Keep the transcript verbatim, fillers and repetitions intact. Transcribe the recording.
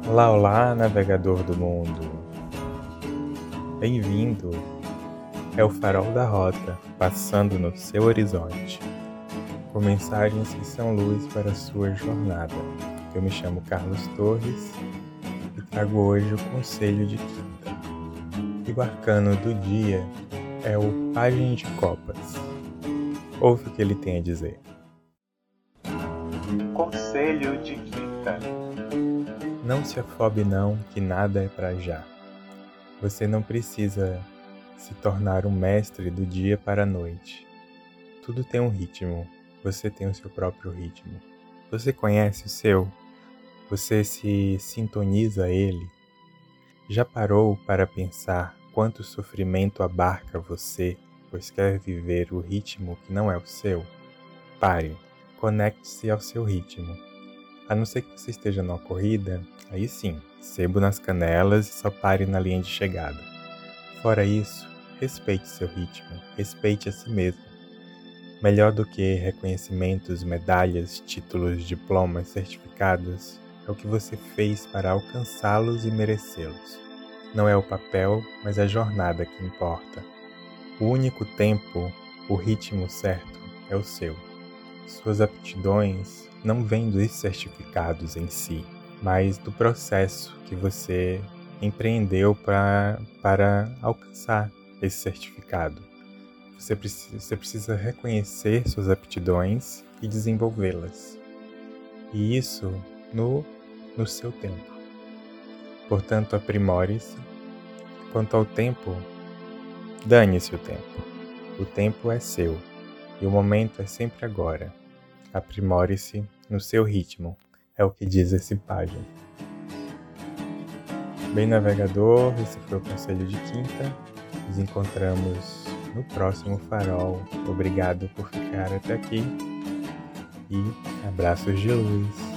Olá, olá, navegador do mundo. Bem-vindo. É o farol da rota passando no seu horizonte, com mensagens que são luz para a sua jornada. Eu me chamo Carlos Torres e trago hoje o conselho de quinta. E o arcano do dia é o Pajem de Copas. Ouve o que ele tem a dizer. Conselho de quinta. Não se afobe não, que nada é para já. Você não precisa se tornar um mestre do dia para a noite. Tudo tem um ritmo, você tem o seu próprio ritmo. Você conhece o seu? Você se sintoniza a ele? Já parou para pensar quanto sofrimento abarca você, pois quer viver o ritmo que não é o seu? Pare, conecte-se ao seu ritmo. A não ser que você esteja numa corrida, aí sim, sebo nas canelas e só pare na linha de chegada. Fora isso, respeite seu ritmo, respeite a si mesmo. Melhor do que reconhecimentos, medalhas, títulos, diplomas, certificados, é o que você fez para alcançá-los e merecê-los. Não é o papel, mas a jornada que importa. O único tempo, o ritmo certo, é o seu. Suas aptidões não vêm dos certificados em si, mas do processo que você empreendeu pra, para alcançar esse certificado. Você precisa, você precisa reconhecer suas aptidões e desenvolvê-las. E isso no, no seu tempo. Portanto, aprimore-se. Quanto ao tempo, dane-se o tempo. O tempo é seu. E o momento é sempre agora. Aprimore-se no seu ritmo, é o que diz esse pajem. Bem, navegador, esse foi o conselho de quinta. Nos encontramos no próximo farol. Obrigado por ficar até aqui e abraços de luz.